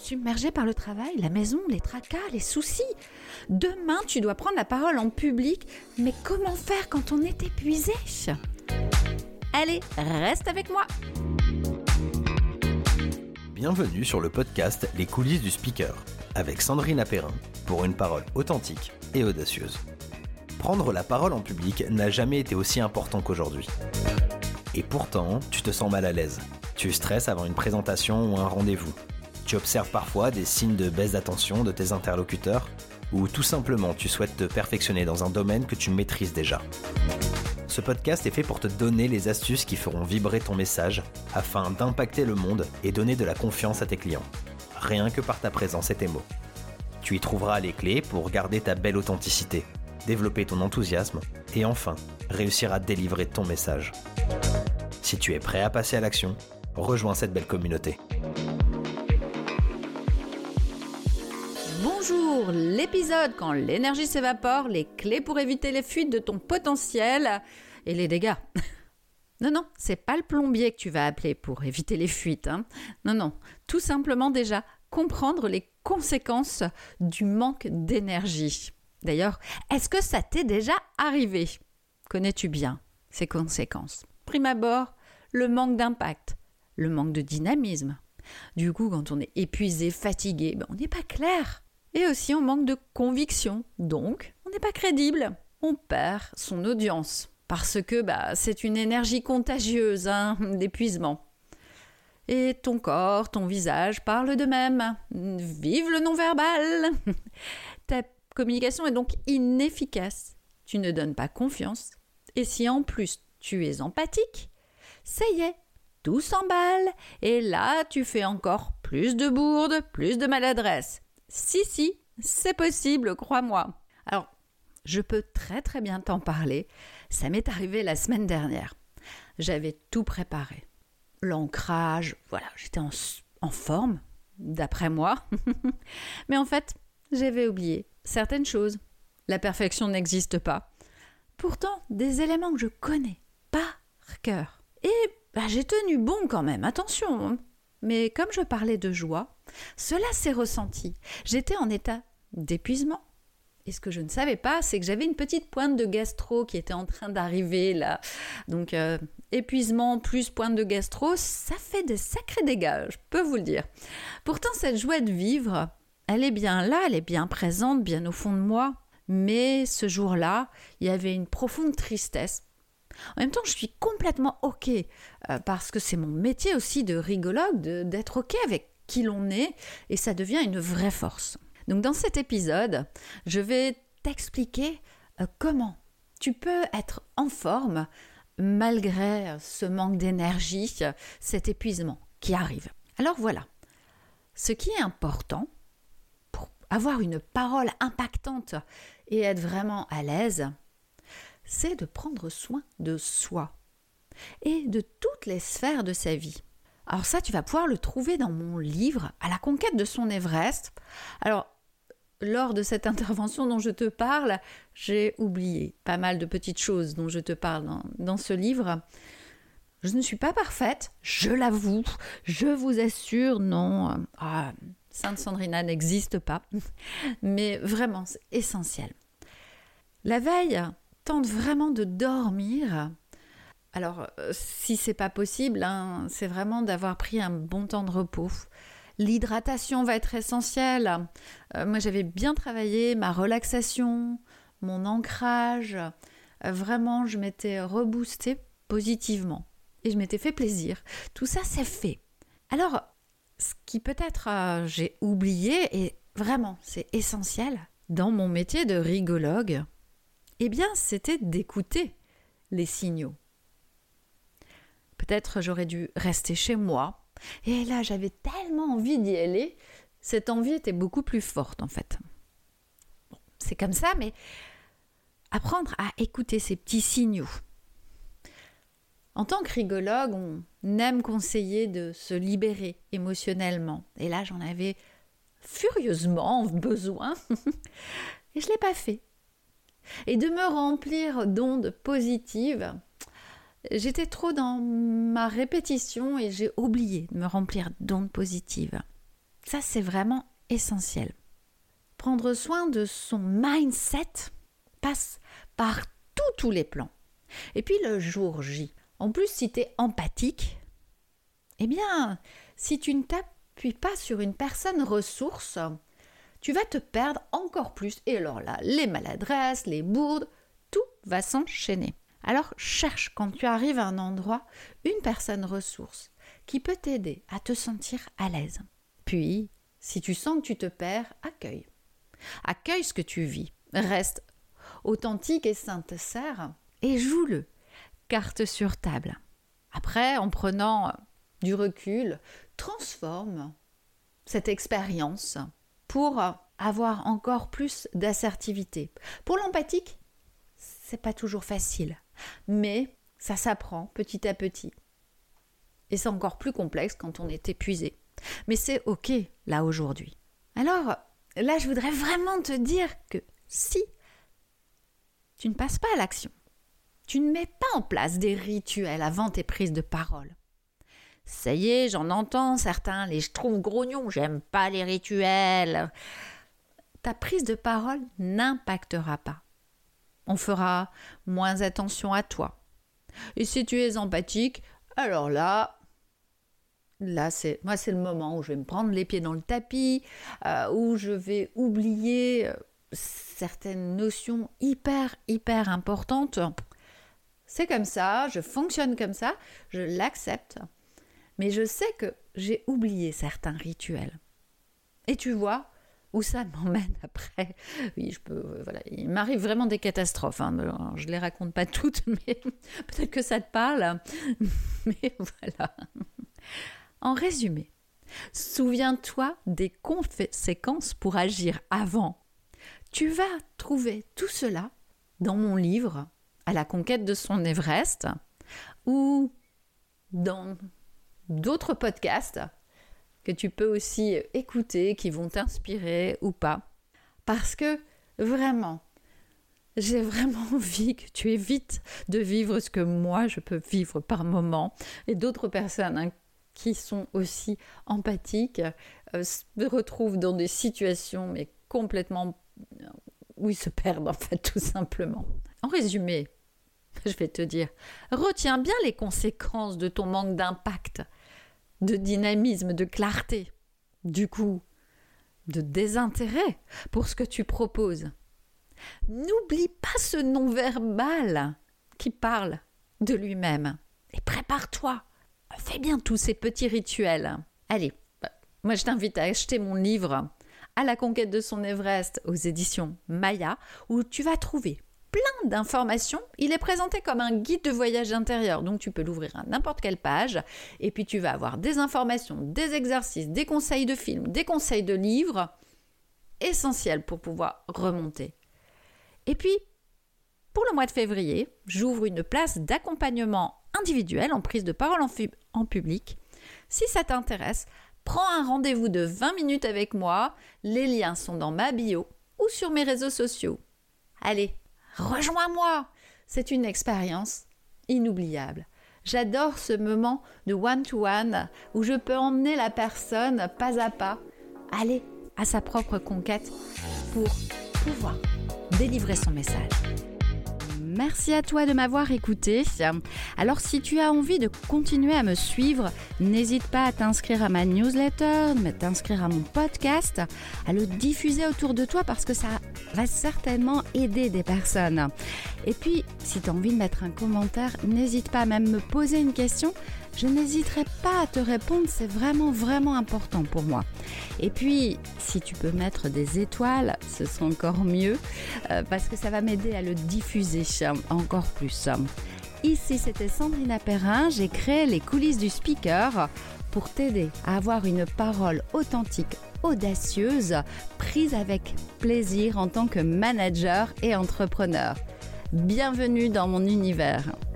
submergé par le travail, la maison, les tracas, les soucis. Demain, tu dois prendre la parole en public. Mais comment faire quand on est épuisé ? Allez, reste avec moi. Bienvenue sur le podcast Les coulisses du speaker, avec Sandrine Apérin, pour une parole authentique et audacieuse. Prendre la parole en public n'a jamais été aussi important qu'aujourd'hui. Et pourtant, tu te sens mal à l'aise. Tu stresses avant une présentation ou un rendez-vous. Tu observes parfois des signes de baisse d'attention de tes interlocuteurs, ou tout simplement tu souhaites te perfectionner dans un domaine que tu maîtrises déjà. Ce podcast est fait pour te donner les astuces qui feront vibrer ton message afin d'impacter le monde et donner de la confiance à tes clients. Rien que par ta présence et tes mots. Tu y trouveras les clés pour garder ta belle authenticité, développer ton enthousiasme et enfin, réussir à délivrer ton message. Si tu es prêt à passer à l'action, rejoins cette belle communauté. Bonjour, l'épisode quand l'énergie s'évapore, les clés pour éviter les fuites de ton potentiel et les dégâts. Non, c'est pas le plombier que tu vas appeler pour éviter les fuites. Non, tout simplement déjà comprendre les conséquences du manque d'énergie. D'ailleurs, est-ce que ça t'est déjà arrivé ? Connais-tu bien ces conséquences ? Prime abord, le manque d'impact, le manque de dynamisme. Du coup, quand on est épuisé, fatigué, on n'est pas clair. Et aussi, on manque de conviction. Donc, on n'est pas crédible. On perd son audience. Parce que c'est une énergie contagieuse, d'épuisement. Et ton corps, ton visage parlent d'eux-mêmes. Vive le non-verbal. Ta communication est donc inefficace. Tu ne donnes pas confiance. Et si en plus tu es empathique, ça y est, tout s'emballe. Et là, tu fais encore plus de bourdes, plus de maladresse. Si, c'est possible, crois-moi. Alors, je peux très très bien t'en parler. Ça m'est arrivé la semaine dernière. J'avais tout préparé. L'ancrage, voilà, j'étais en forme, d'après moi. Mais en fait, j'avais oublié certaines choses. La perfection n'existe pas. Pourtant, des éléments que je connais par cœur. Et j'ai tenu bon quand même, attention. Mais comme je parlais de joie, cela s'est ressenti. J'étais en état d'épuisement. Et ce que je ne savais pas, c'est que j'avais une petite pointe de gastro qui était en train d'arriver là. Donc, épuisement plus pointe de gastro, ça fait des sacrés dégâts, je peux vous le dire. Pourtant, cette joie de vivre, elle est bien là, elle est bien présente, bien au fond de moi. Mais ce jour-là, il y avait une profonde tristesse. En même temps, je suis complètement OK, parce que c'est mon métier aussi de rigologue, d'être OK avec qui l'on est, et ça devient une vraie force. Donc dans cet épisode, je vais t'expliquer comment tu peux être en forme malgré ce manque d'énergie, cet épuisement qui arrive. Alors voilà, ce qui est important pour avoir une parole impactante et être vraiment à l'aise, c'est de prendre soin de soi et de toutes les sphères de sa vie. Alors ça, tu vas pouvoir le trouver dans mon livre « À la conquête de son Everest ». Alors, lors de cette intervention dont je te parle, j'ai oublié pas mal de petites choses dont je te parle dans ce livre. Je ne suis pas parfaite, je l'avoue, je vous assure, non. Sainte Sandrina n'existe pas, mais vraiment, c'est essentiel. La veille, tente vraiment de dormir. Alors, si c'est pas possible, c'est vraiment d'avoir pris un bon temps de repos. L'hydratation va être essentielle. Moi, j'avais bien travaillé ma relaxation, mon ancrage. Vraiment, je m'étais reboostée positivement. Et je m'étais fait plaisir. Tout ça, c'est fait. Alors, ce qui peut-être j'ai oublié, et vraiment, c'est essentiel, dans mon métier de rigologue, c'était d'écouter les signaux. Peut-être j'aurais dû rester chez moi. Et là, j'avais tellement envie d'y aller. Cette envie était beaucoup plus forte, en fait. Bon, c'est comme ça, mais apprendre à écouter ces petits signaux. En tant que rigologue, on aime conseiller de se libérer émotionnellement. Et là, j'en avais furieusement besoin. Et je ne l'ai pas fait. Et de me remplir d'ondes positives, j'étais trop dans ma répétition et j'ai oublié de me remplir d'ondes positives. Ça, c'est vraiment essentiel. Prendre soin de son mindset passe par tous les plans. Et puis le jour J, en plus si tu es empathique, eh bien, si tu ne t'appuies pas sur une personne ressource, tu vas te perdre encore plus. Et alors là, les maladresses, les bourdes, tout va s'enchaîner. Alors cherche quand tu arrives à un endroit une personne ressource qui peut t'aider à te sentir à l'aise. Puis, si tu sens que tu te perds, accueille. Accueille ce que tu vis. Reste authentique et sincère et joue-le. Carte sur table. Après, en prenant du recul, transforme cette expérience pour avoir encore plus d'assertivité. Pour l'empathique, c'est pas toujours facile, mais ça s'apprend petit à petit. Et c'est encore plus complexe quand on est épuisé. Mais c'est OK, là, aujourd'hui. Alors, là, je voudrais vraiment te dire que si tu ne passes pas à l'action, tu ne mets pas en place des rituels avant tes prises de parole. Ça y est, j'en entends certains, les je trouve grognons, j'aime pas les rituels. Ta prise de parole n'impactera pas. On fera moins attention à toi. Et si tu es empathique, alors là c'est le moment où je vais me prendre les pieds dans le tapis, où je vais oublier certaines notions hyper importantes. C'est comme ça, je fonctionne comme ça, je l'accepte. Mais je sais que j'ai oublié certains rituels. Et tu vois où ça m'emmène après. Oui, il m'arrive vraiment des catastrophes. Alors, je ne les raconte pas toutes, mais peut-être que ça te parle. Mais voilà. En résumé, souviens-toi des conséquences pour agir avant. Tu vas trouver tout cela dans mon livre « À la conquête de son Everest » ou dans d'autres podcasts que tu peux aussi écouter, qui vont t'inspirer ou pas. Parce que vraiment, j'ai vraiment envie que tu évites de vivre ce que moi je peux vivre par moment et d'autres personnes qui sont aussi empathiques se retrouvent dans des situations mais complètement où ils se perdent en fait tout simplement. En résumé, je vais te dire, retiens bien les conséquences de ton manque d'impact, de dynamisme, de clarté, du coup, de désintérêt pour ce que tu proposes. N'oublie pas ce non-verbal qui parle de lui-même et prépare-toi. Fais bien tous ces petits rituels. Allez, moi je t'invite à acheter mon livre « À la conquête de son Everest » aux éditions Maya, où tu vas trouver plein d'informations. Il est présenté comme un guide de voyage intérieur, donc tu peux l'ouvrir à n'importe quelle page, et puis tu vas avoir des informations, des exercices, des conseils de films, des conseils de livres, essentiels pour pouvoir remonter. Et puis, pour le mois de février, j'ouvre une place d'accompagnement individuel en prise de parole en public. Si ça t'intéresse, prends un rendez-vous de 20 minutes avec moi. Les liens sont dans ma bio ou sur mes réseaux sociaux. Allez, rejoins-moi. C'est une expérience inoubliable. J'adore ce moment de one-to-one où je peux emmener la personne pas à pas aller à sa propre conquête pour pouvoir délivrer son message. Merci à toi de m'avoir écouté. Alors si tu as envie de continuer à me suivre, n'hésite pas à t'inscrire à ma newsletter, t'inscrire à mon podcast, à le diffuser autour de toi parce que ça va certainement aider des personnes. Et puis, si tu as envie de mettre un commentaire, n'hésite pas à même me poser une question. Je n'hésiterai pas à te répondre, c'est vraiment important pour moi. Et puis, si tu peux mettre des étoiles, ce sera encore mieux, parce que ça va m'aider à le diffuser encore plus. Ici, c'était Sandrine Perrin, j'ai créé les coulisses du speaker pour t'aider à avoir une parole authentique, audacieuse, prise avec plaisir en tant que manager et entrepreneur. Bienvenue dans mon univers.